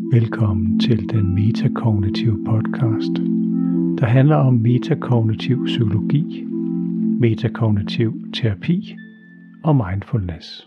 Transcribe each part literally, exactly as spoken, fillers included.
Velkommen til den metakognitive podcast, der handler om metakognitiv psykologi, metakognitiv terapi og mindfulness.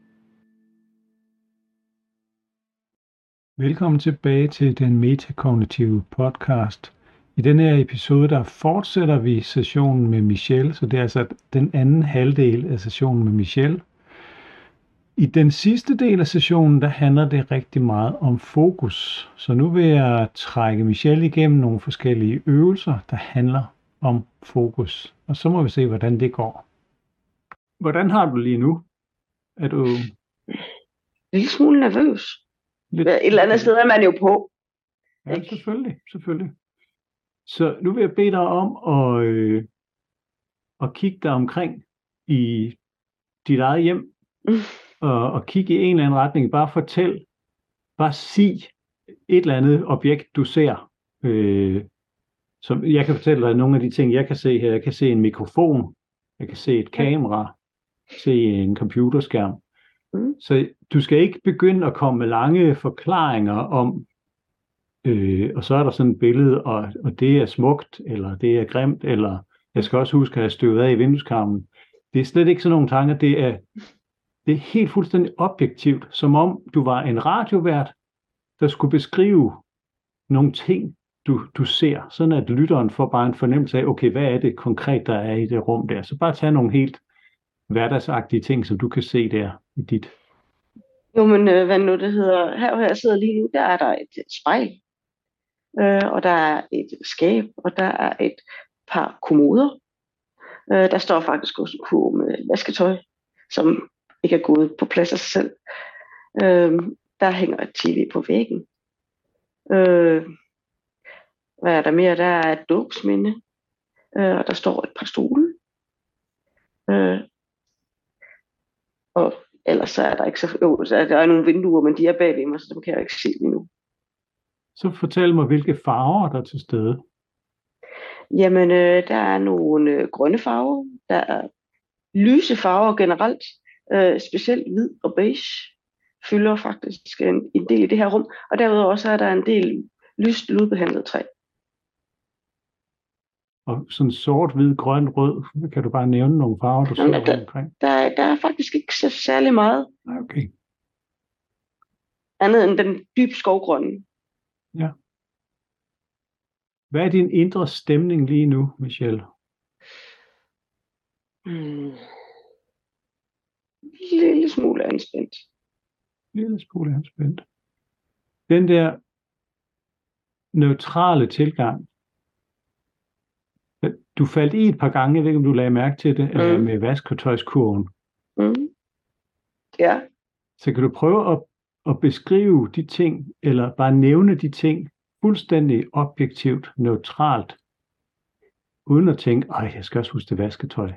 Velkommen tilbage til den metakognitive podcast. I denne her episode, der fortsætter vi sessionen med Michelle, så det er altså den anden halvdel af sessionen med Michelle. I den sidste del af sessionen, der handler det rigtig meget om fokus. Så nu vil jeg trække Michelle igennem nogle forskellige øvelser, der handler om fokus. Og så må vi se, hvordan det går. Hvordan har du lige nu? Er du... En lille smule nervøs. Lidt... Et eller andet sted er man jo på. Ja, selvfølgelig, selvfølgelig. Så nu vil jeg bede dig om at, øh, at kigge dig omkring i dit eget hjem. Mm. Og, og kigge i en eller anden retning. Bare fortæl, bare sig et eller andet objekt, du ser. Øh, som jeg kan fortælle dig nogle af de ting, jeg kan se her. Jeg kan se en mikrofon, jeg kan se et kamera, se en computerskærm. Mm. Så du skal ikke begynde at komme med lange forklaringer om, øh, og så er der sådan et billede, og, og det er smukt, eller det er grimt, eller jeg skal også huske at have støvet af i vindueskarmen. Det er slet ikke sådan nogle tanker, det er... Det er helt fuldstændig objektivt, som om du var en radiovært, der skulle beskrive nogle ting, du, du ser, sådan at lytteren får bare en fornemmelse af, okay, hvad er det konkret, der er i det rum der. Så bare tag nogle helt hverdagsagtige ting, som du kan se der i dit. Jo, men øh, hvad nu det hedder, her hvor jeg sidder lige nu, der er der et spejl, øh, og der er et skab, og der er et par kommoder. Øh, der står faktisk også en kurv med vasketøj, som ikke er gået på plads af sig selv. Øh, der hænger et tv på væggen. Øh, hvad er der mere? Der er et dåbsminde, øh, og der står et par stole. Øh, og ellers så er der ikke så... Jo, så er der er nogle vinduer, men de er bagved mig, så dem kan jeg ikke se lige nu. Så fortæl mig, hvilke farver der er til stede. Jamen, øh, der er nogle øh, grønne farver. Der er lyse farver generelt. Øh, specielt hvid og beige fylder faktisk en, en del i det her rum, og derudover så er der en del lyst lydbehandlet træ. Og sådan sort, hvid, grøn, rød, kan du bare nævne nogle farver, du Jamen, ser der, omkring? Der, der er faktisk ikke så særlig meget. Okay. Andet end den dybe skovgrønne. Ja. Hvad er din indre stemning lige nu, Michelle? Hmm. En lille smule anspændt. En lille smule anspændt. Den der neutrale tilgang, du faldt i et par gange, jeg ved ikke, om du lagde mærke til det, mm. med vasketøjskurven. Mm. Ja. Så kan du prøve at, at beskrive de ting, eller bare nævne de ting, fuldstændig objektivt, neutralt, uden at tænke, ej, jeg skal også huske det vasketøj.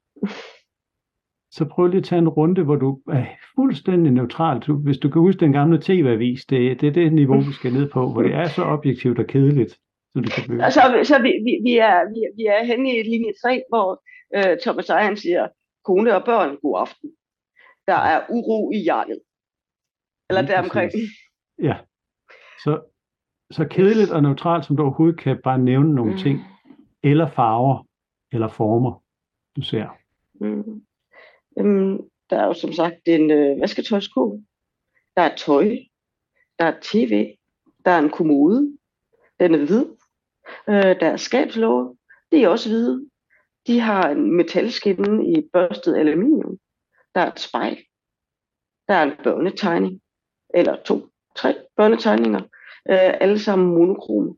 Så prøv lige at tage en runde, hvor du er fuldstændig neutralt. Hvis du kan huske den gamle T V-avis, det, det er det niveau, vi skal ned på, hvor det er så objektivt og kedeligt, så du kan blive. Altså, så vi, vi, vi, er, vi, vi er henne i linje tre, hvor øh, Thomas Ejen siger, kone og børn, god aften. Der er uro i hjertet. Eller ja, deromkring. Ja. Så, så kedeligt og neutralt, som du overhovedet kan, bare nævne nogle mm. ting, eller farver, eller former, du ser. Mm. Øhm, der er jo som sagt en øh, vasketøjskurv, der er tøj, der er tv, der er en kommode, den er hvid, øh, der er skabslåge, de er også hvide, de har en metalskinne i børstet aluminium, der er et spejl, der er en børnetegning, eller to, tre børnetegninger, øh, alle sammen monokrome.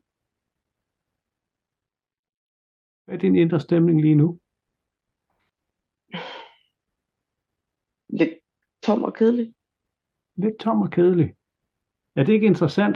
Hvad er din indre stemning lige nu? Lidt tom og kedelig. Lidt tom og kedelig. Er det ikke interessant?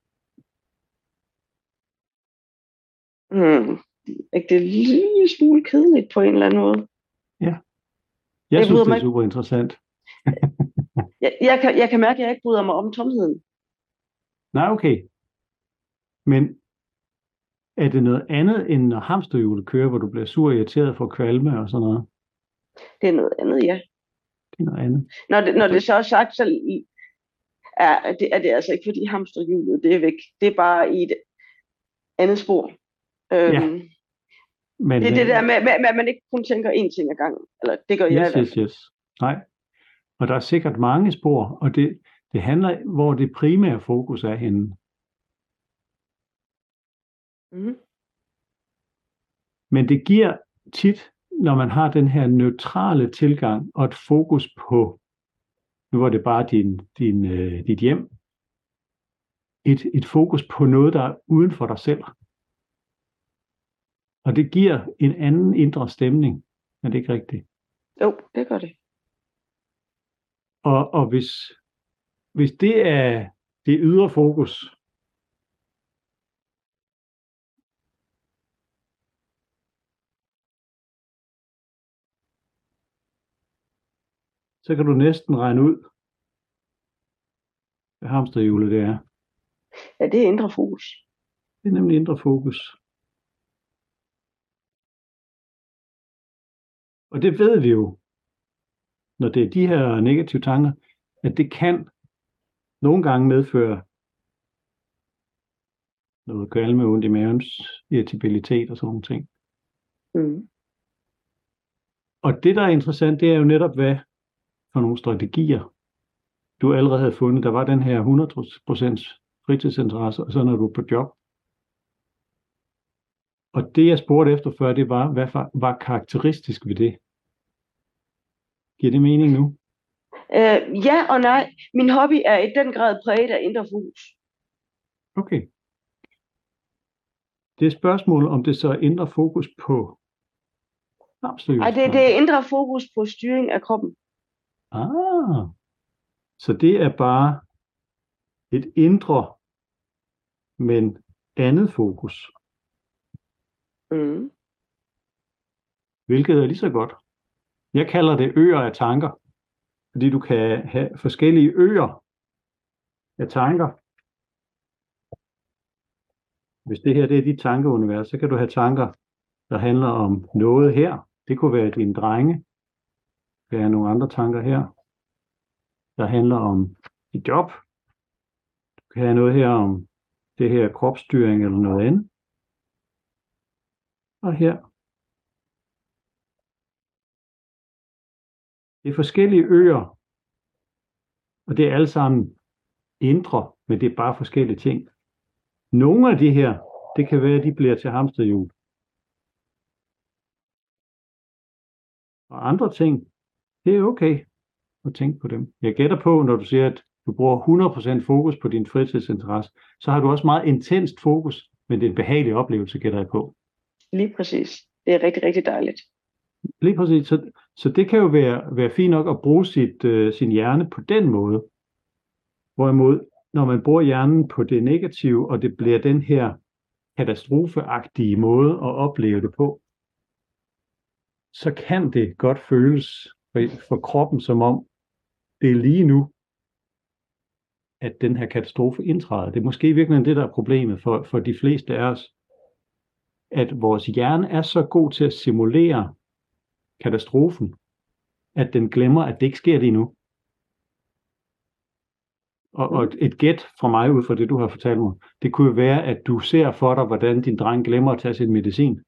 Hmm. Ikke det er en lille smule kedeligt på en eller anden måde. Ja. Jeg, jeg synes, det er super interessant. jeg, jeg, kan, jeg kan mærke, at jeg ikke bryder mig om tomheden. Nej, okay. Men er det noget andet, end når hamsterhjulet kører, hvor du bliver sur og irriteret for kvalme og sådan noget? Det er noget andet, ja. Det er noget andet. Når det, når det så er sagt, så er det, er det altså ikke, fordi hamsterhjulet det er væk. Det er bare i et andet spor. Ja, Øhm, men det er det øh, der med, med, med, at man ikke kun tænker én ting ad gangen. Eller det gør jeg i yes, hvert yes, fald. yes. Nej, og der er sikkert mange spor, og det, det handler, hvor det primære fokus er henne. Mm-hmm. Men det giver tit, når man har den her neutrale tilgang og et fokus på, nu var det bare din, din, øh, dit hjem, et, et fokus på noget, der er uden for dig selv. Og det giver en anden indre stemning. Er det ikke rigtigt? Jo, det gør det. Og, og hvis, hvis det er det ydre fokus, så kan du næsten regne ud, hvad hamsterhjulet det er. Ja, det er indre fokus. Det er nemlig indre fokus. Og det ved vi jo, når det er de her negative tanker, at det kan nogle gange medføre noget kvalme, ondt i mavens, irritabilitet og sådan nogle ting. Mm. Og det, der er interessant, det er jo netop, hvad for nogle strategier, du allerede havde fundet. Der var den her hundrede procent fritidsinteresse, og så når du er på job. Og det, jeg spurgte efter før, det var, hvad var karakteristisk ved det? Giver det mening nu? Øh, ja og nej. Min hobby er i den grad præget af indre fokus. Okay. Det er spørgsmålet, om det så er indre fokus på hamsterhjulet. Ej, det, det er indre fokus på styring af kroppen. Ah, så det er bare et indre, men andet fokus. Mm. Hvilket er lige så godt. Jeg kalder det øer af tanker, fordi du kan have forskellige øer af tanker. Hvis det her det er dit tankeunivers, så kan du have tanker, der handler om noget her. Det kunne være dine drenge. Det kan være nogle andre tanker her, der handler om dit job. Du kan have noget her om det her kropsstyring eller noget andet. Og her. Det er forskellige øer, og det er alle sammen indre, men det er bare forskellige ting. Nogle af de her, det kan være, at de bliver til hamsterhjul. Og andre ting, det er okay at tænke på dem. Jeg gætter på, når du siger, at du bruger hundrede procent fokus på din fritidsinteresse, så har du også meget intenst fokus, men det er en behagelig oplevelse, gætter jeg på. Lige præcis. Det er rigtig, rigtig dejligt. Lige præcis. Så, så det kan jo være, være fint nok at bruge sit, øh, sin hjerne på den måde. Hvorimod, når man bruger hjernen på det negative, og det bliver den her katastrofeagtige måde at opleve det på, så kan det godt føles for, for kroppen som om, det er lige nu, at den her katastrofe indtræder. Det er måske virkelig det, der er problemet for, for de fleste af os, at vores hjerne er så god til at simulere katastrofen, at den glemmer, at det ikke sker lige nu. Og, og et gæt fra mig ud fra det, du har fortalt mig, det kunne jo være, at du ser for dig, hvordan din dreng glemmer at tage sin medicin.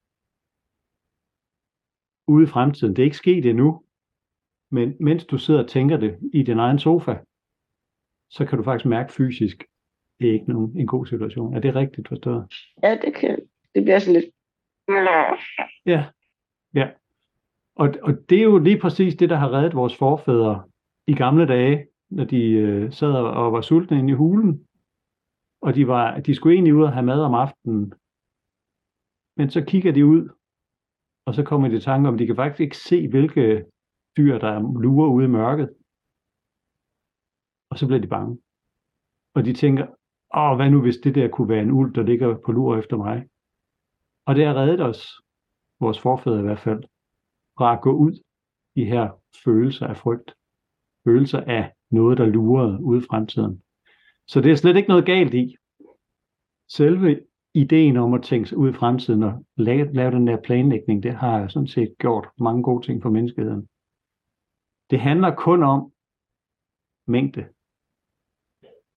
Ude i fremtiden. Det er ikke sket endnu, men mens du sidder og tænker det i din egen sofa, så kan du faktisk mærke fysisk, det er ikke nogen, en god situation. Er det rigtigt forstået? Ja, det kan. Det bliver sådan lidt... Ja, ja. Og, og det er jo lige præcis det, der har reddet vores forfædre i gamle dage, når de øh, sad og var sultne inde i hulen, og de, var, de skulle egentlig ud og have mad om aftenen. Men så kigger de ud, og så kommer de i tanke om, de kan faktisk ikke se, hvilke dyr, der lurer ude i mørket. Og så bliver de bange. Og de tænker, åh, hvad nu hvis det der kunne være en ulv, der ligger på lur efter mig? Og det har reddet os, vores forfædre i hvert fald, fra at gå ud i her følelser af frygt. Følelser af noget, der lurede ude i fremtiden. Så det er slet ikke noget galt i. Selve ideen om at tænke sig ud i fremtiden og lave, lave den der planlægning, det har jeg sådan set gjort mange gode ting for menneskeheden. Det handler kun om mængde.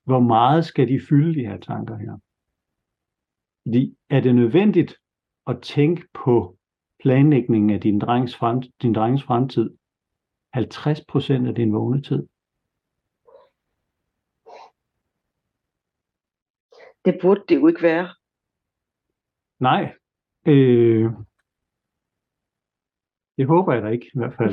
hvor meget skal de fylde, de her tanker her? Fordi er det nødvendigt at tænke på planlægningen af din drengs, frem, din drengs fremtid halvtreds procent af din vågne tid? Det burde det jo ikke være. Nej. Øh, det håber jeg da ikke i hvert fald.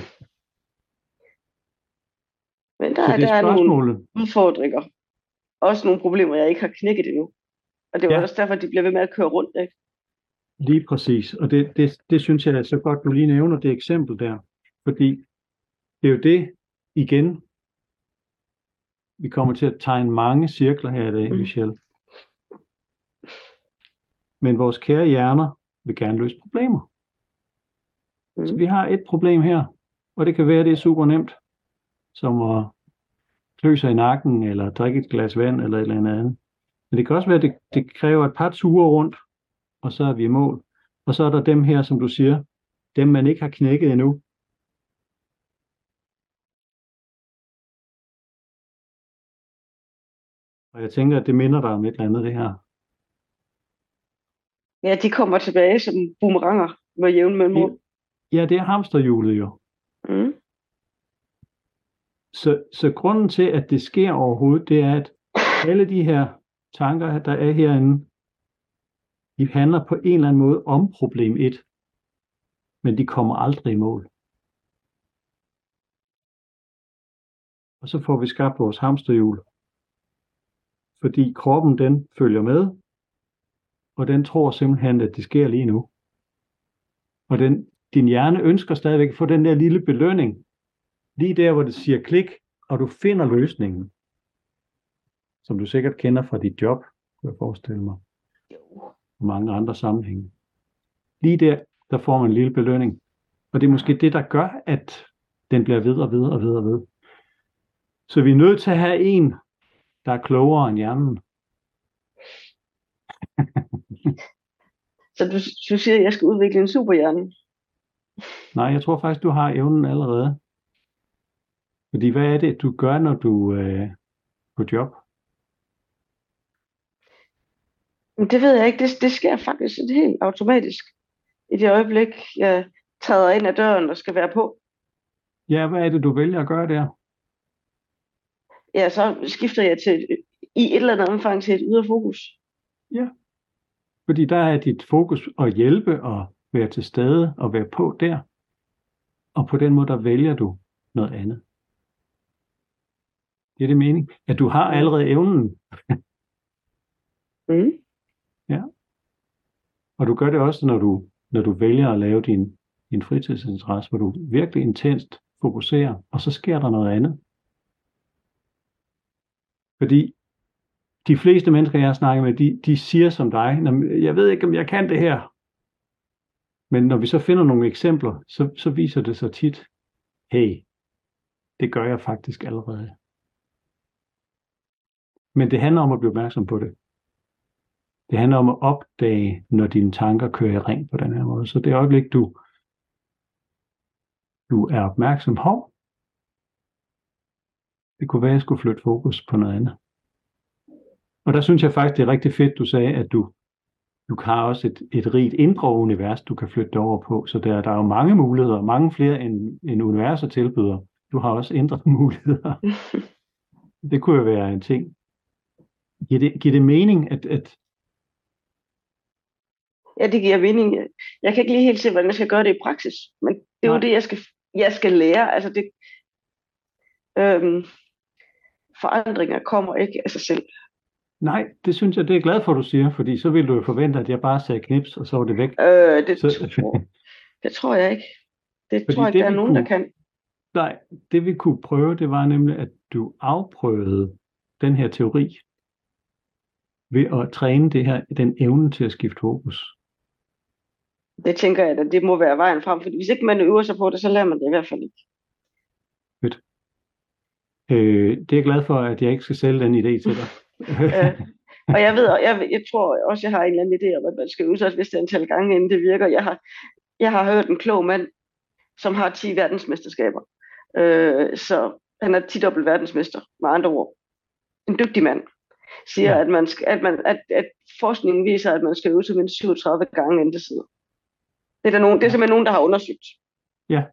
Men der, Så det er der er nogle spørgsmålet. udfordringer. Også nogle problemer, jeg ikke har knækket endnu. Og det er Ja. også derfor, de bliver ved med at køre rundt. Ikke? Lige præcis. Og det, det, det synes jeg er så godt, du lige nævner det eksempel der. Fordi det er jo det, igen, vi kommer til at tegne mange cirkler her i dag, Mm. Michelle. Men vores kære hjerner vil gerne løse problemer. Mm. Så vi har et problem her, og det kan være, at det er super nemt, som at klø sig i nakken, eller drikke et glas vand, eller et eller andet. Men det kan også være, at det, det kræver et par ture rundt, og så er vi i mål. Og så er der dem her, som du siger, dem man ikke har knækket endnu. Og jeg tænker, at det minder dig om et eller andet, det her. Ja, de kommer tilbage som boomeranger med jævn mellemrum. Ja, det er hamsterhjulet jo. Mm. Så, så grunden til, at det sker overhovedet, det er, at alle de her tanker, der er herinde, de handler på en eller anden måde om problem et, men de kommer aldrig i mål. Og så får vi skabt vores hamsterhjul, fordi kroppen den følger med, og den tror simpelthen, at det sker lige nu. Og den, din hjerne ønsker stadigvæk at få den der lille belønning, lige der, hvor det siger klik, og du finder løsningen, som du sikkert kender fra dit job, kunne jeg forestille mig, og mange andre sammenhænge. Lige der, der får man en lille belønning, og det er måske det, der gør, at den bliver ved og ved og ved og ved. Så vi er nødt til at have en, der er klogere end hjernen. Så du, du siger, at jeg skal udvikle en superhjerne? Nej, jeg tror faktisk, du har evnen allerede. Fordi hvad er det, du gør, når du er øh, på job? Men det ved jeg ikke. Det, det sker faktisk helt automatisk. I det øjeblik, jeg træder ind ad døren og skal være på. Ja, hvad er det, du vælger at gøre der? Ja, så skifter jeg til i et eller andet omfang til et ydre fokus. Ja, fordi der er dit fokus at hjælpe og være til stede og være på der. Og på den måde, der vælger du noget andet. Det er det mening, at du har allerede evnen. Mm. Ja. Og du gør det også, når du, når du vælger at lave din, din fritidsinteresse, hvor du virkelig intenst fokuserer, og så sker der noget andet. Fordi de fleste mennesker, jeg har snakket med, de, de siger som dig, jeg ved ikke, om jeg kan det her. Men når vi så finder nogle eksempler, så, så viser det sig tit, hey, det gør jeg faktisk allerede. Men det handler om at blive opmærksom på det. Det handler om at opdage, når dine tanker kører i ring på den her måde. Så det øjeblik, du, du er opmærksom, hov, det kunne være, at jeg skulle flytte fokus på noget andet. Og der synes jeg faktisk, det er rigtig fedt, du sagde, at du, du har også et, et rigt indre univers, du kan flytte over på. Så der, der er jo mange muligheder, mange flere end, end universet tilbyder. Du har også indre muligheder. Det kunne jo være en ting. Giver det, giver det mening, at, at Ja, det giver mening. Jeg kan ikke lige helt se, hvordan jeg skal gøre det i praksis. Men det er Nej. jo det, jeg skal, jeg skal lære. Altså det, øhm, forandringer kommer ikke af sig selv. Nej, det synes jeg, det er jeg glad for, du siger, fordi så ville du jo forvente, at jeg bare sagde knips, og så var det væk. Øh, det, så... tror, det tror jeg ikke. Det fordi tror jeg ikke, der er nogen, kunne... der kan. Nej, det vi kunne prøve, det var nemlig, at du afprøvede den her teori ved at træne det her, den evne til at skifte fokus. Det tænker jeg, at det må være vejen frem, fordi hvis ikke man øver sig på det, så lærer man det i hvert fald ikke. Fedt. Øh, det er jeg glad for, at jeg ikke skal sælge den idé til dig. øh, og jeg ved, jeg, jeg tror også, jeg har en eller anden idé om, at man skal øve sig et vist antal gange, inden det virker. Jeg har, jeg har hørt en klog mand, som har ti verdensmesterskaber. Øh, så han er ti dobbelt verdensmester, med andre ord. En dygtig mand. siger, Ja. at, man skal, at, man, at, at forskningen viser, at man skal øve sig mindst syvogtredive gange, inden det sidder. Det er, der nogen, det er Ja. simpelthen nogen, der har undersøgt. Ja.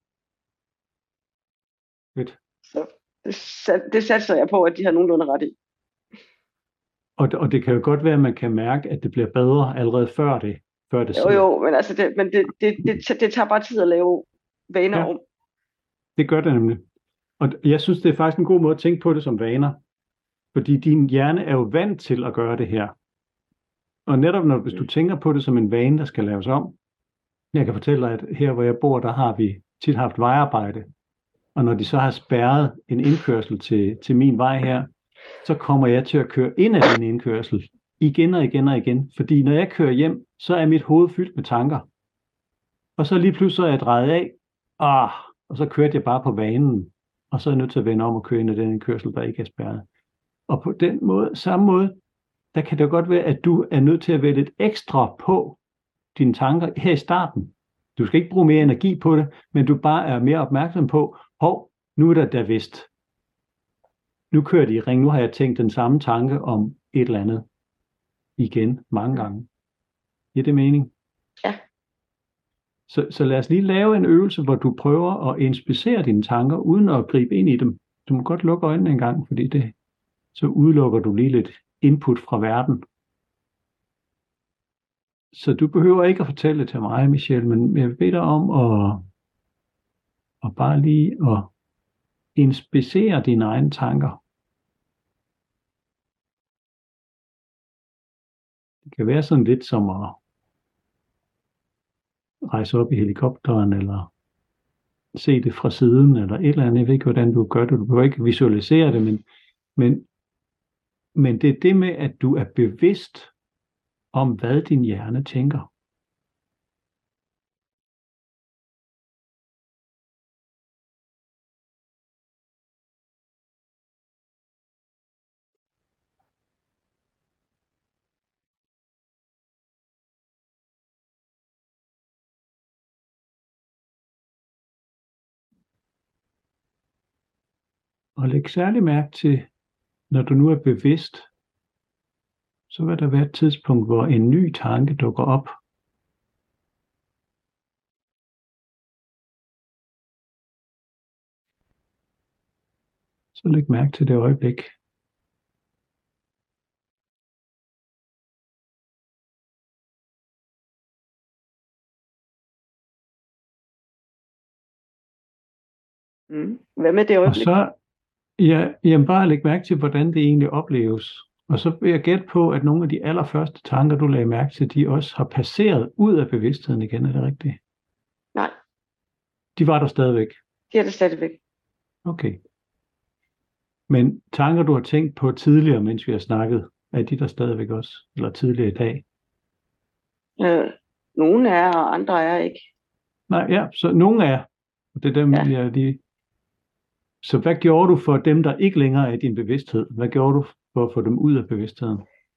Fedt. Så det, sat- det satser jeg på, at de har nogenlunde ret i. Og, og det kan jo godt være, at man kan mærke, at det bliver bedre allerede før det, før det Jo, sidder. jo, men, altså det, men det, det, det, det tager bare tid at lave vaner Ja. om. Det gør det nemlig. Og jeg synes, det er faktisk en god måde at tænke på det som vaner. Fordi din hjerne er jo vant til at gøre det her. Og netop når, hvis du tænker på det som en vane, der skal laves om. Jeg kan fortælle dig, at her hvor jeg bor, der har vi tit haft vejarbejde. Og når de så har spærret en indkørsel til, til min vej her, så kommer jeg til at køre ind ad den indkørsel. Igen og igen og igen. Fordi når jeg kører hjem, så er mit hoved fyldt med tanker. Og så lige pludselig er jeg drejet af. Ah, og så kørte jeg bare på vanen. Og så er jeg nødt til at vende om og køre ind ad den indkørsel, der ikke er spærret. Og på den måde, samme måde, der kan det godt være, at du er nødt til at være lidt ekstra på dine tanker her i starten. Du skal ikke bruge mere energi på det, men du bare er mere opmærksom på, hov, nu er der da vist. Nu kører de i ring, nu har jeg tænkt den samme tanke om et eller andet igen mange gange. Giver det mening? Ja. Så, så lad os lige lave en øvelse, hvor du prøver at inspicere dine tanker, uden at gribe ind i dem. Du må godt lukke øjnene en gang, fordi det, så udelukker du lige lidt input fra verden. Så du behøver ikke at fortælle det til mig, Michelle, men jeg vil bede dig om at, at bare lige at inspicere dine egne tanker. Det kan være sådan lidt som at rejse op i helikopteren, eller se det fra siden, eller et eller andet. Jeg ved ikke, hvordan du gør det. Du behøver ikke visualisere det, men, men, men det er det med, at du er bevidst om, hvad din hjerne tænker. Og læg særlig mærke til, når du nu er bevidst, så vil der være et tidspunkt, hvor en ny tanke dukker op. Så læg mærke til det øjeblik. Mm. Hvad med det Og øjeblik? så, ja, jamen bare læg mærke til, hvordan det egentlig opleves. Og så vil jeg gætte på, at nogle af de allerførste tanker, du lagde mærke til, de også har passeret ud af bevidstheden igen. Er det rigtigt? Nej, De var der stadigvæk. det er det stadigvæk. Okay. Men tanker, du har tænkt på tidligere, mens vi har snakket, er de der stadigvæk også? Eller tidligere i dag? Øh, nogle er, og andre er ikke. Nej, ja, så nogle er. Og det er dem, Ja. ja. jeg lige... Så hvad gjorde du for dem, der ikke længere er i din bevidsthed? Hvad gjorde du for at få dem ud af bevidstheden?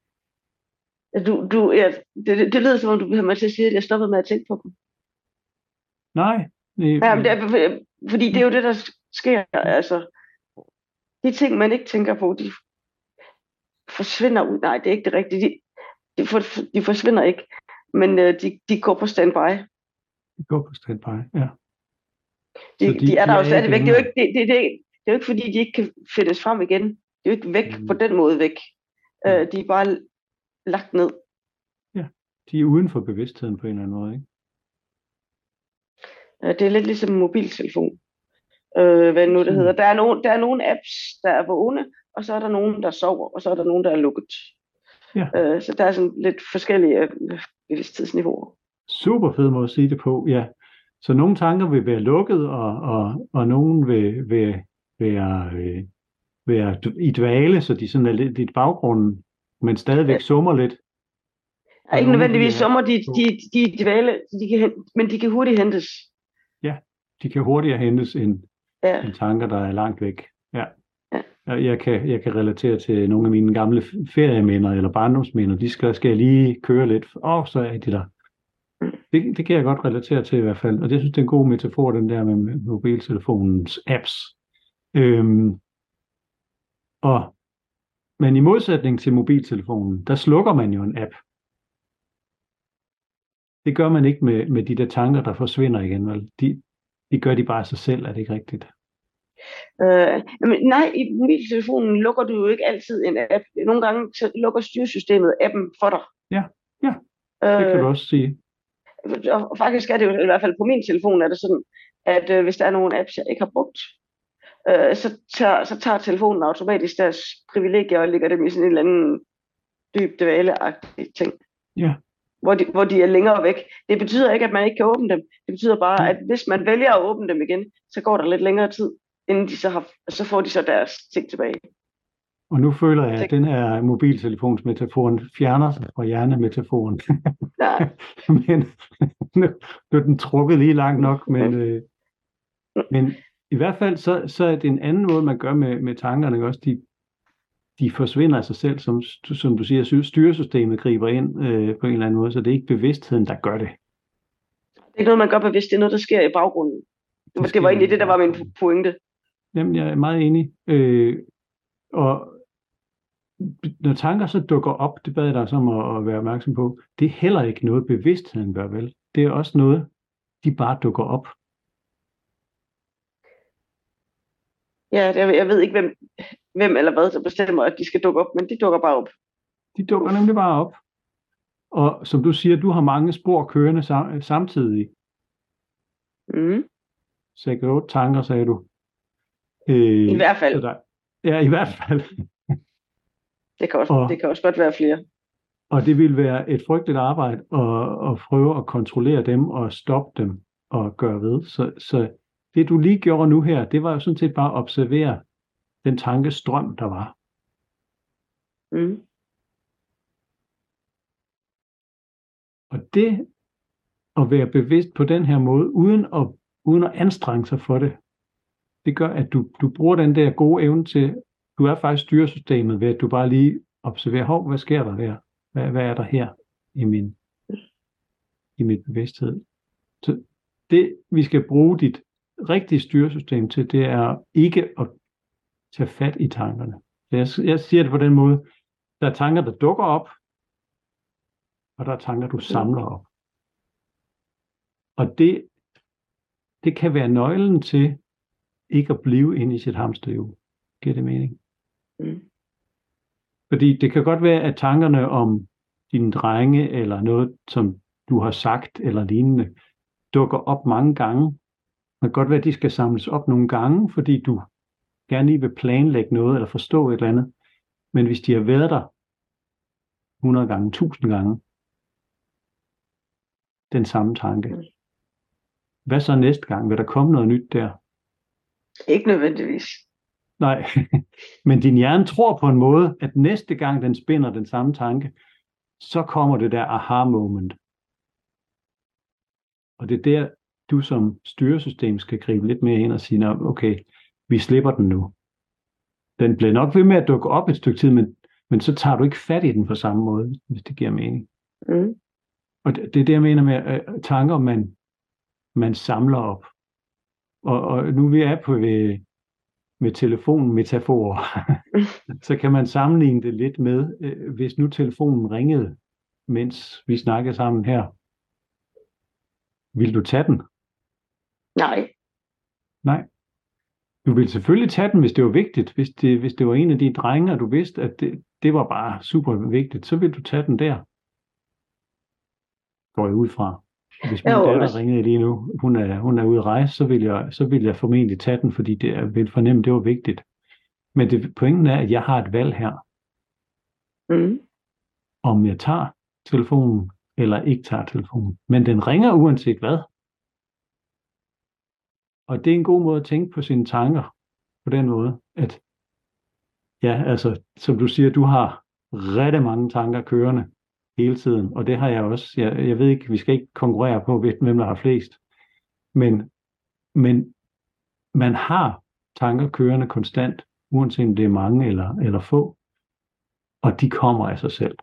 Du, du, ja, det, det, det lyder som om, du vil have mig til at sige, at jeg stoppede med at tænke på dem. Nej. nej Ja, men det er, for- fordi det er jo det, der sker. Altså, de ting, man ikke tænker på, de forsvinder ud. Nej, det er ikke det rigtige. De, de, for, de forsvinder ikke, men øh, de, de går på standby. de går på standby, ja. De, Så de, de- de er de der er jo stadigvæk. ikke Det er jo ikke, det, det, det, det er jo ikke fordi, de ikke kan findes frem igen. De er jo ikke væk Mm. på den måde væk. Mm. Øh, de er bare lagt ned. De er uden for bevidstheden på en eller anden måde, ikke? Øh, det er lidt ligesom en mobiltelefon. Øh, hvad nu det Sådan. hedder. Der er, nogle, der er nogle apps, der er vågne, og så er der nogen, der sover, og så er der nogen, der er lukket. Ja. Øh, så der er sådan lidt forskellige øh, bevidsthedsniveauer. Super fed måde at sige det på, ja. Så nogle tanker vil være lukket, og, og, og nogle vil, vil være, øh, være i dvale, så de sådan er lidt i baggrunden, men stadigvæk summer lidt. Og ikke nogle, nødvendigvis de er sommer, de, på. de, de er dvale, de kan, hen- men de kan hurtigt hentes. De kan hurtigere hentes end, Ja. end tanker, der er langt væk. Ja. Ja. Jeg, jeg, kan, jeg kan relatere til nogle af mine gamle ferieminder eller barndomsminder. De skal, skal jeg lige køre lidt. Åh, oh, så er de der. Det, det kan jeg godt relatere til i hvert fald. Og det synes jeg er en god metafor, den der med mobiltelefonens apps. Øhm, og men i modsætning til mobiltelefonen, der slukker man jo en app. Det gør man ikke med, med de der tanker, der forsvinder igen. Vel? De, de gør de bare af sig selv, er det ikke rigtigt? Øh, men nej, i mobiltelefonen lukker du jo ikke altid en app. Nogle gange så lukker styresystemet appen for dig. Ja, ja, det kan Øh, du også sige. og faktisk er det jo i hvert fald på min telefon, er det sådan, at øh, hvis der er nogle apps, jeg ikke har brugt, øh, så, tager, så tager telefonen automatisk deres privilegier og lægger dem i sådan en eller anden dyb dvale-agtig ting. Ja. Hvor de, hvor de er længere væk. Det betyder ikke, at man ikke kan åbne dem. Det betyder bare, at hvis man vælger at åbne dem igen, så går der lidt længere tid, inden de så har, så får de så deres ting tilbage. Og nu føler jeg, at den her mobiltelefonsmetaforen fjerner sig fra hjernemetaforen. Nej. Men nu, nu er den trukket lige langt nok, men, øh, men i hvert fald så, så er det en anden måde, man gør med, med tankerne, ikke? Også de, de forsvinder af sig selv, som, som du siger, styresystemet griber ind øh, på en eller anden måde, så det er ikke bevidstheden, der gør det. Det er ikke noget, man gør bevidst, det er noget, der sker i baggrunden. Det, det, det var egentlig det, der var min pointe. Jamen, jeg er meget enig. Øh, og når tanker så dukker op, det bad jeg dig som at, at være opmærksom på, det er heller ikke noget, bevidstheden gør, vel? Det er også noget, de bare dukker op. Ja, jeg, jeg ved ikke, hvem, hvem eller hvad, der bestemmer, at de skal dukke op, men de dukker bare op. De dukker nemlig bare op. Og som du siger, du har mange spor kørende sam- samtidig. Mm. seks otte tanker, sagde du. Øh, I hvert fald. Der, ja, i hvert fald. Det kan, også, og, det kan også godt være flere. Og det vil være et frygteligt arbejde at, at prøve at kontrollere dem og stoppe dem og gøre ved. Så, så det du lige gjorde nu her, det var jo sådan set bare at observere den tankestrøm, der var. Mm. Og det at være bevidst på den her måde, uden at, uden at anstrenge sig for det, det gør, at du, du bruger den der gode evne til, du er faktisk styresystemet ved, at du bare lige observerer, hov, hvad sker der her? Hvad, hvad er der her i min, i min bevidsthed? Så det, vi skal bruge dit rigtige styresystem til, det er ikke at tage fat i tankerne. Jeg, jeg siger det på den måde, der er tanker, der dukker op, og der er tanker, du samler op. Og det, det kan være nøglen til ikke at blive inde i sit hamsterhjul. Giver det mening? Mm. Fordi det kan godt være, at tankerne om dine drenge, eller noget, som du har sagt, eller lignende, dukker op mange gange. Det kan godt være, at de skal samles op nogle gange, fordi du gerne lige vil planlægge noget, eller forstå et eller andet. Men hvis de har været der hundrede gange, tusind gange, den samme tanke. Hvad så næste gang? Vil der komme noget nyt der? Ikke nødvendigvis. Nej, men din hjerne tror på en måde, at næste gang den spinder den samme tanke, så kommer det der aha-moment. Og det er der, du som styresystem skal gribe lidt mere ind og sige, okay, vi slipper den nu. Den bliver nok ved med at dukke op et stykke tid, men, men så tager du ikke fat i den på samme måde, hvis det giver mening. Mm. Og det, det er det, jeg mener med uh, tanker, man, man samler op. Og, og nu vi er på ved, med telefonmetaforer, så kan man sammenligne det lidt med, øh, hvis nu telefonen ringede, mens vi snakkede sammen her. Vil du tage den? Nej. Nej. Du vil selvfølgelig tage den, hvis det var vigtigt. Hvis det, hvis det var en af de drenge, og du vidste, at det, det var bare super vigtigt, så vil du tage den der. Går jeg ud fra. Hvis min jo, datter også ringede lige nu, hun er, hun er ude at rejse, så vil, jeg, så vil jeg formentlig tage den, fordi det, jeg vil fornemme, at det var vigtigt. Men det, pointen er, at jeg har et valg her. Mm. Om jeg tager telefonen, eller ikke tager telefonen. Men den ringer uanset hvad. Og det er en god måde at tænke på sine tanker, på den måde, at ja, altså, som du siger, du har rigtig mange tanker kørende hele tiden, og det har jeg også. Jeg, jeg ved ikke, vi skal ikke konkurrere på, hvem der har flest, men, men man har tanker kørende konstant, uanset om det er mange eller, eller få, og de kommer af sig selv.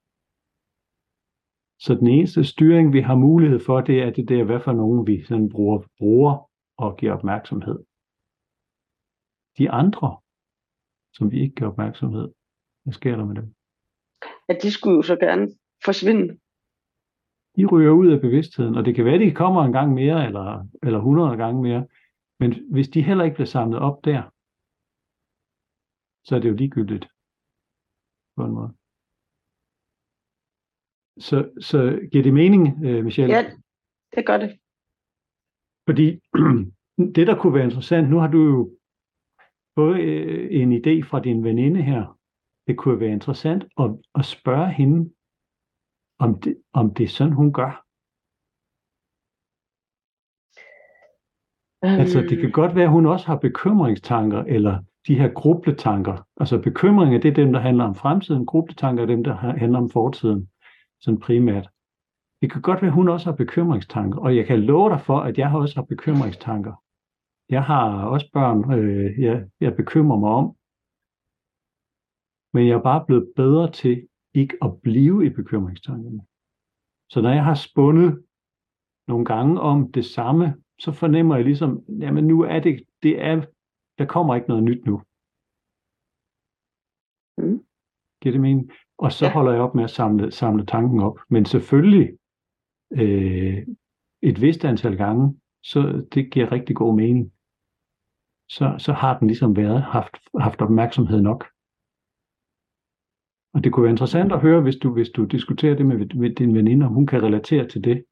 Så den eneste styring, vi har mulighed for, det er det der, hvad for nogen vi sådan bruger, bruger og giver opmærksomhed. De andre, som vi ikke giver opmærksomhed, Hvad sker der med dem? At de skulle jo så gerne forsvinde. De ryger ud af bevidstheden, og det kan være, at de kommer en gang mere, eller, eller hundrede gange mere, men hvis de heller ikke bliver samlet op der, så er det jo ligegyldigt på en måde. Så, så giver det mening, øh, Michelle? Ja, det gør det. Fordi det, der kunne være interessant, nu har du jo fået øh, en idé fra din veninde her. Det kunne være interessant at, at spørge hende, om det, om det er sådan, hun gør. Um, Altså, det kan godt være, at hun også har bekymringstanker, eller de her grubletanker. Altså, bekymringer, det er dem, der handler om fremtiden. Grubletanker er dem, der handler om fortiden, sådan primært. Det kan godt være, at hun også har bekymringstanker, og jeg kan love dig for, at jeg også har bekymringstanker. Jeg har også børn, øh, jeg, jeg bekymrer mig om. Men jeg er bare blevet bedre til ikke at blive i bekymringstankerne. Så når jeg har spundet nogle gange om det samme, så fornemmer jeg ligesom, jamen nu er det, det er, der kommer ikke noget nyt nu. Mm. Giver det mening? Og så Ja. holder jeg op med at samle, samle tanken op. Men selvfølgelig øh, et vist antal gange, så det giver rigtig god mening. Så, så har den ligesom været, haft, haft opmærksomhed nok. Og det kunne være interessant at høre, hvis du, hvis du diskuterer det med, med din veninde, om hun kan relatere til det.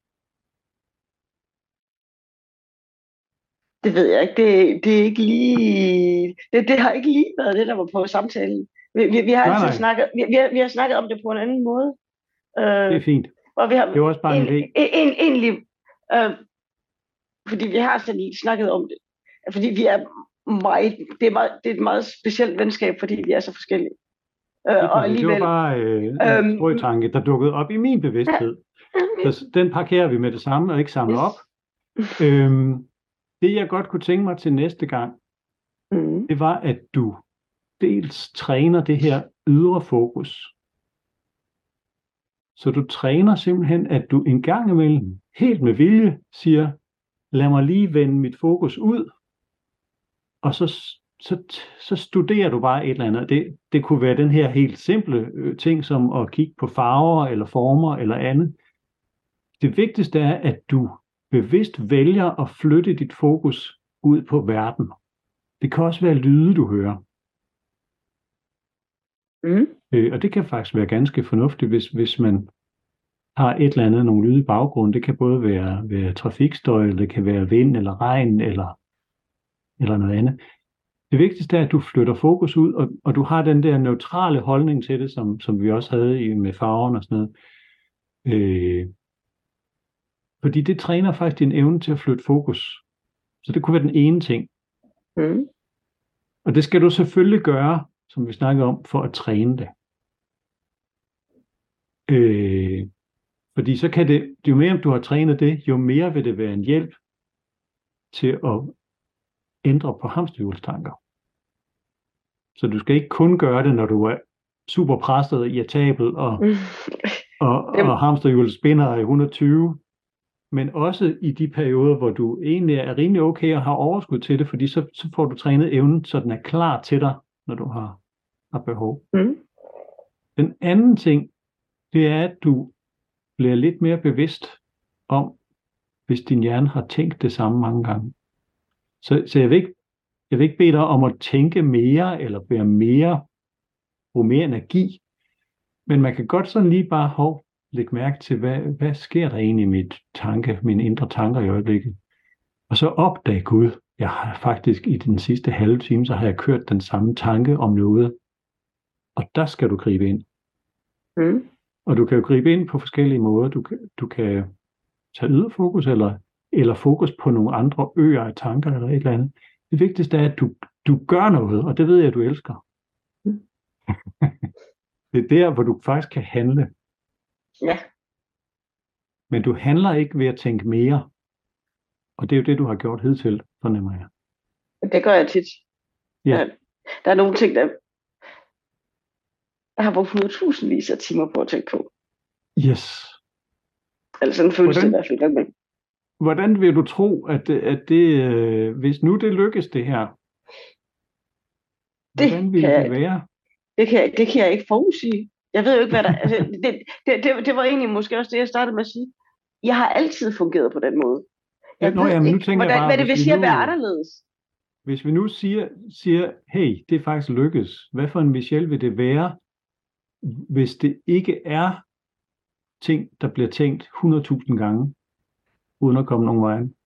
Det ved jeg ikke. Det, det er ikke lige... Det, det har ikke lige været det, der var på samtalen. Vi, vi, vi, har, Nej, altid nej. snakket, vi, vi, har, vi har snakket om det på en anden måde. Øh, Det er fint. og vi har, Det er også bare en idé. en, en, egentlig... Øh, fordi vi har sådan lige snakket om det. Fordi vi er meget... Det er, meget, det er et meget specielt venskab, fordi vi er så forskellige. Øh, Det, og det alligevel... var bare øh, en Øhm, frøtanke, der dukkede op i min bevidsthed. Så den parkerer vi med det samme og ikke samler op. Øhm, det jeg godt kunne tænke mig til næste gang, Mm. det var, at du dels træner det her ydre fokus. Så du træner simpelthen, at du en gang imellem, helt med vilje, siger, lad mig lige vende mit fokus ud, og så, så, så studerer du bare et eller andet. Det, det kunne være den her helt simple øh, ting, som at kigge på farver, eller former, eller andet. Det vigtigste er, at du bevidst vælger at flytte dit fokus ud på verden. Det kan også være lyde, du hører. Mm. Øh, og det kan faktisk være ganske fornuftigt, hvis, hvis man har et eller andet, nogle lyde i baggrunden. Det kan både være, være trafikstøj, eller det kan være vind eller regn, eller, eller noget andet. Det vigtigste er, at du flytter fokus ud, og, og du har den der neutrale holdning til det, som, som vi også havde i, med farven og sådan noget. Øh, fordi det træner faktisk din evne til at flytte fokus. Så det kunne være den ene ting. Mm. Og det skal du selvfølgelig gøre, som vi snakker om, for at træne det. Øh, fordi så kan det, jo mere du har trænet det, jo mere vil det være en hjælp til at ændre på hamsterhjulstanker. Så du skal ikke kun gøre det, når du er super presset og irritabel, og, Mm. og, og hamsterhjulet spinner i et hundrede og tyve, men også i de perioder, hvor du egentlig er rimelig okay og har overskud til det, fordi så, så får du trænet evnen, så den er klar til dig, når du har, har behov. Mm. Den anden ting, det er, at du bliver lidt mere bevidst om, hvis din hjerne har tænkt det samme mange gange. Så, så jeg, vil ikke, jeg vil ikke bede dig om at tænke mere, eller være mere, bruge mere energi, men man kan godt sådan lige bare hov, lægge mærke til, hvad, hvad sker der egentlig i mit tanke, mine indre tanker i øjeblikket. Og så opdage Gud, jeg har faktisk i den sidste halve time, så har jeg kørt den samme tanke om noget, og der skal du gribe ind. Mm. Og du kan jo gribe ind på forskellige måder. Du kan, du kan tage yderfokus, eller, eller fokus på nogle andre øer af tanker, eller et eller andet. Det vigtigste er, at du, du gør noget, og det ved jeg, at du elsker. Mm. Det er der, hvor du faktisk kan handle. Ja. Men du handler ikke ved at tænke mere. Og det er jo det, du har gjort hidtil, fornemmer jeg. Det gør jeg tit. Ja. Der, der er nogle ting, der jeg har brugt hundredtusindvis af timer på at tænke på. Yes. Eller sådan føles det i Hvordan- hvert fald. Men Hvordan vil du tro, at, det- at det, øh, hvis nu det lykkes det her, Det hvordan vil kan det jeg- være? Det kan, det kan jeg ikke forudsige. Jeg ved jo ikke, hvad der... Altså, det, det, det, det var egentlig måske også det, jeg startede med at sige. Jeg har altid fungeret på den måde. Ja, Jeg nå, ved jamen, nu ikke, tænker jeg hvordan, bare, hvad det hvis vil vi sige at være nu, anderledes. hvis vi nu siger, siger, hey, det er faktisk lykkes. Hvad for en Michelle vil det være, hvis det ikke er ting, der bliver tænkt hundrede tusind gange, uden at komme nogen vejen?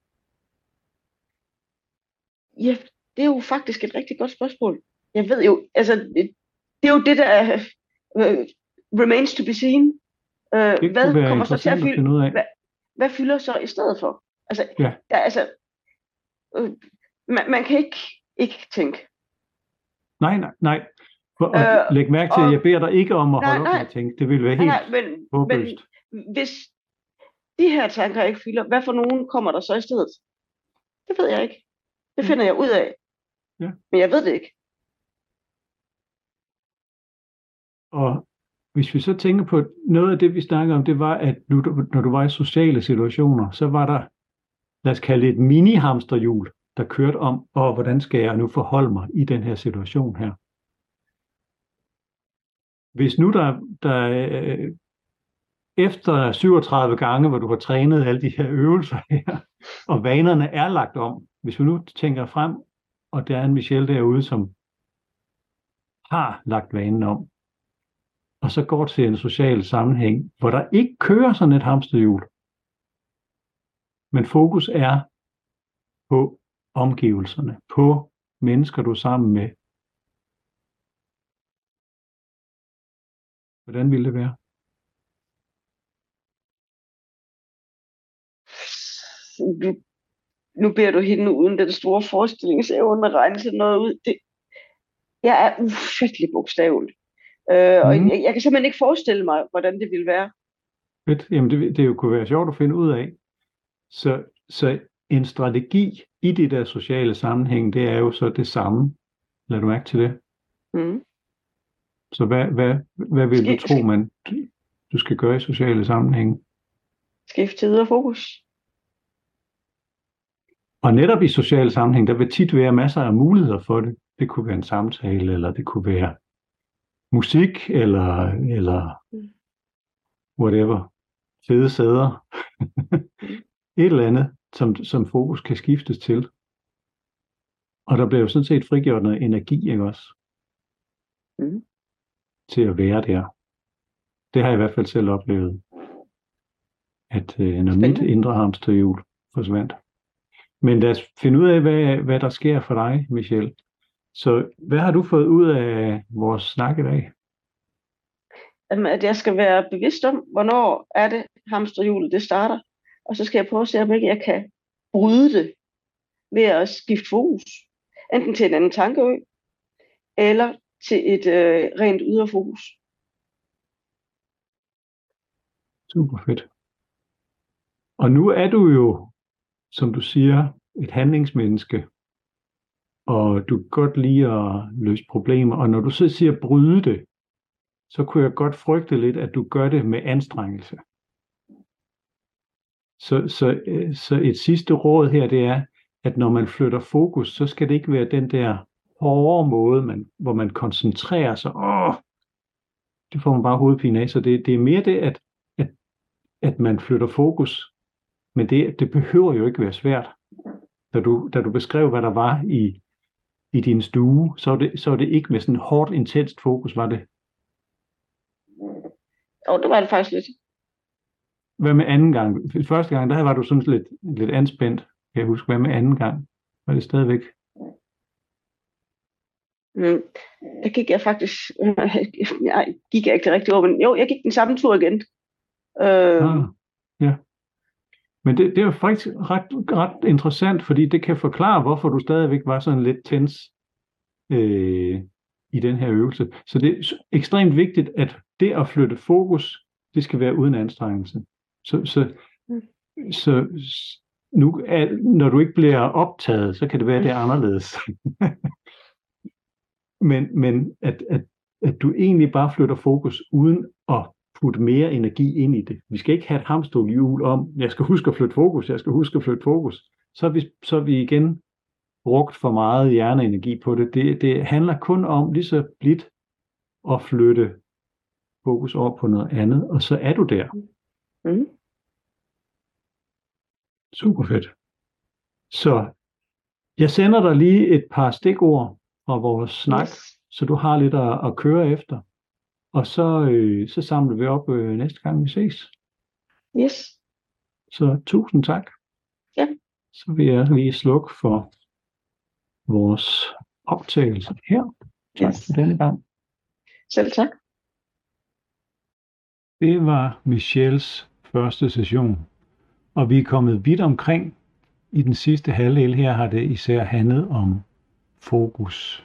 Ja, det er jo faktisk et rigtig godt spørgsmål. Jeg ved jo, altså, det, det er jo det, der er, uh, remains to be seen. Uh, Det kunne hvad være kommer så til at interessant at fylde? finde ud af. Hvad, hvad fylder så i stedet for? Altså, Ja. der, altså uh, man, man kan ikke ikke tænke. Nej, nej, nej. For at Øh, lægge mærke til, og- at jeg beder dig ikke om at Nej, holde op nej. med at tænke. Det ville være Nej, helt nej, men, håbløst. men hvis de her tanker ikke fylder, hvad for nogen kommer der så i stedet? Det ved jeg ikke. Det finder jeg ud af. Ja. Men jeg ved det ikke. Og hvis vi så tænker på noget af det, vi snakker om, det var, at nu, når du var i sociale situationer, så var der, lad os kalde det et mini-hamsterhjul, der kørte om, og hvordan skal jeg nu forholde mig i den her situation her? Hvis nu der, der øh, efter syvogtredive gange, hvor du har trænet alle de her øvelser her, og vanerne er lagt om, hvis vi nu tænker frem, og der er en Michelle derude, som har lagt vanen om, og så går til en social sammenhæng, hvor der ikke kører sådan et hamsterhjul, men fokus er på omgivelserne, på mennesker, du er sammen med. Hvordan ville det være? Nu, nu beder du hende uden den store forestillingsevne at regne sådan noget ud. Det, jeg er ufattelig bogstavelig. Øh, og Mm. jeg, jeg kan simpelthen ikke forestille mig, hvordan det ville være. Fedt. Jamen det, det jo kunne være sjovt at finde ud af. Så, så en strategi i de der sociale sammenhæng, det er jo så det samme. Lad du mærke til det? Mm. Så hvad, hvad, hvad vil Skal- du tro, man du skal gøre i sociale sammenhæng? Skift tid og fokus. Og netop i sociale sammenhæng, der vil tit være masser af muligheder for det. Det kunne være en samtale, eller det kunne være musik, eller, eller Mm. whatever. Fede sæder. Et eller andet, som, som fokus kan skiftes til. Og der bliver jo sådan set frigjort noget energi, ikke også? Mm. Til at være der. Det har jeg i hvert fald selv oplevet. At øh, når mit Spændende. indre hamsterhjul forsvandt. Men lad os finde ud af, hvad, hvad der sker for dig, Michelle. Så hvad har du fået ud af vores snak i dag? Jamen, at jeg skal være bevidst om, hvornår er det hamsterhjulet det starter. Og så skal jeg prøve at se, om ikke jeg kan bryde det ved at skifte fokus. Enten til en anden tankeø, eller til et øh, rent ydre fokus. Super fedt. Og nu er du jo, som du siger, et handlingsmenneske. Og du kan godt lide at løse problemer. Og når du så siger bryde det, så kunne jeg godt frygte lidt, at du gør det med anstrengelse. Så, så, øh, så et sidste råd her, det er, at når man flytter fokus, så skal det ikke være den der hårde måde, man, hvor man koncentrerer sig. Åh, det får man bare hovedpine af. Så det, det er mere det, at, at, at man flytter fokus. Men det, det behøver jo ikke være svært. Da du, da du beskrev, hvad der var i, i din stue, så er det, så er det ikke med sådan hårdt, intenst fokus, var det? Og det var det faktisk lidt. Hvad med anden gang? Første gang, der var du sådan lidt, lidt anspændt. Kan jeg huske, hvad med anden gang? Var det stadigvæk? Mm. Der gik jeg faktisk, jeg gik jeg ikke det rigtige ord, men jo, jeg gik den samme tur igen. Øh, Ah, ja. Men det, det er jo faktisk ret, ret interessant, fordi det kan forklare, hvorfor du stadigvæk var sådan lidt tens øh, i den her øvelse. Så det er ekstremt vigtigt, at det at flytte fokus, det skal være uden anstrengelse. Så, så, Mm. så nu er, når du ikke bliver optaget, så kan det være, at det er anderledes. men men at, at, at du egentlig bare flytter fokus uden at putte mere energi ind i det. Vi skal ikke have et hamsterhjul om, jeg skal huske at flytte fokus, jeg skal huske at flytte fokus. Så er vi, så er vi igen brugt for meget hjerneenergi på det. det. Det handler kun om lige så blidt at flytte fokus over på noget andet, og så er du der. Mm. Super fedt. Så jeg sender dig lige et par stikord fra vores snak, Yes. så du har lidt at, at køre efter. Og så, øh, så samler vi op øh, næste gang, vi ses. Yes. Så tusind tak. Ja. Så vil jeg lige slukke for vores optagelse her. Tak Yes. for denne gang. Selv tak. Det var Michelles første session, og vi er kommet vidt omkring. I den sidste halvdel her har det især handlet om fokus.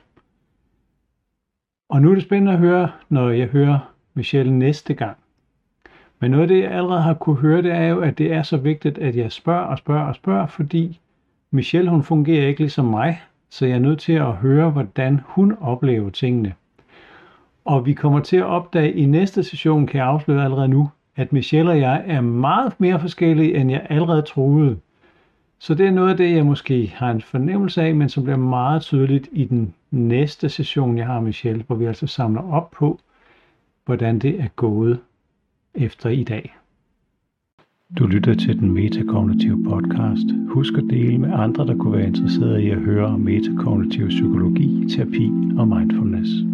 Og nu er det spændende at høre, når jeg hører Michelle næste gang. Men noget af det, jeg allerede har kunne høre, det er jo, at det er så vigtigt, at jeg spørger og spørger og spørger, fordi Michelle, hun fungerer ikke ligesom mig, så jeg er nødt til at høre, hvordan hun oplever tingene. Og vi kommer til at opdage i næste session, kan jeg afsløre allerede nu, at Michelle og jeg er meget mere forskellige, end jeg allerede troede. Så det er noget af det, jeg måske har en fornemmelse af, men som bliver meget tydeligt i den næste session, jeg har med Michelle, hvor vi altså samler op på, hvordan det er gået efter i dag. Du lytter til den metakognitive podcast. Husk at dele med andre, der kunne være interesserede i at høre om metakognitiv psykologi, terapi og mindfulness.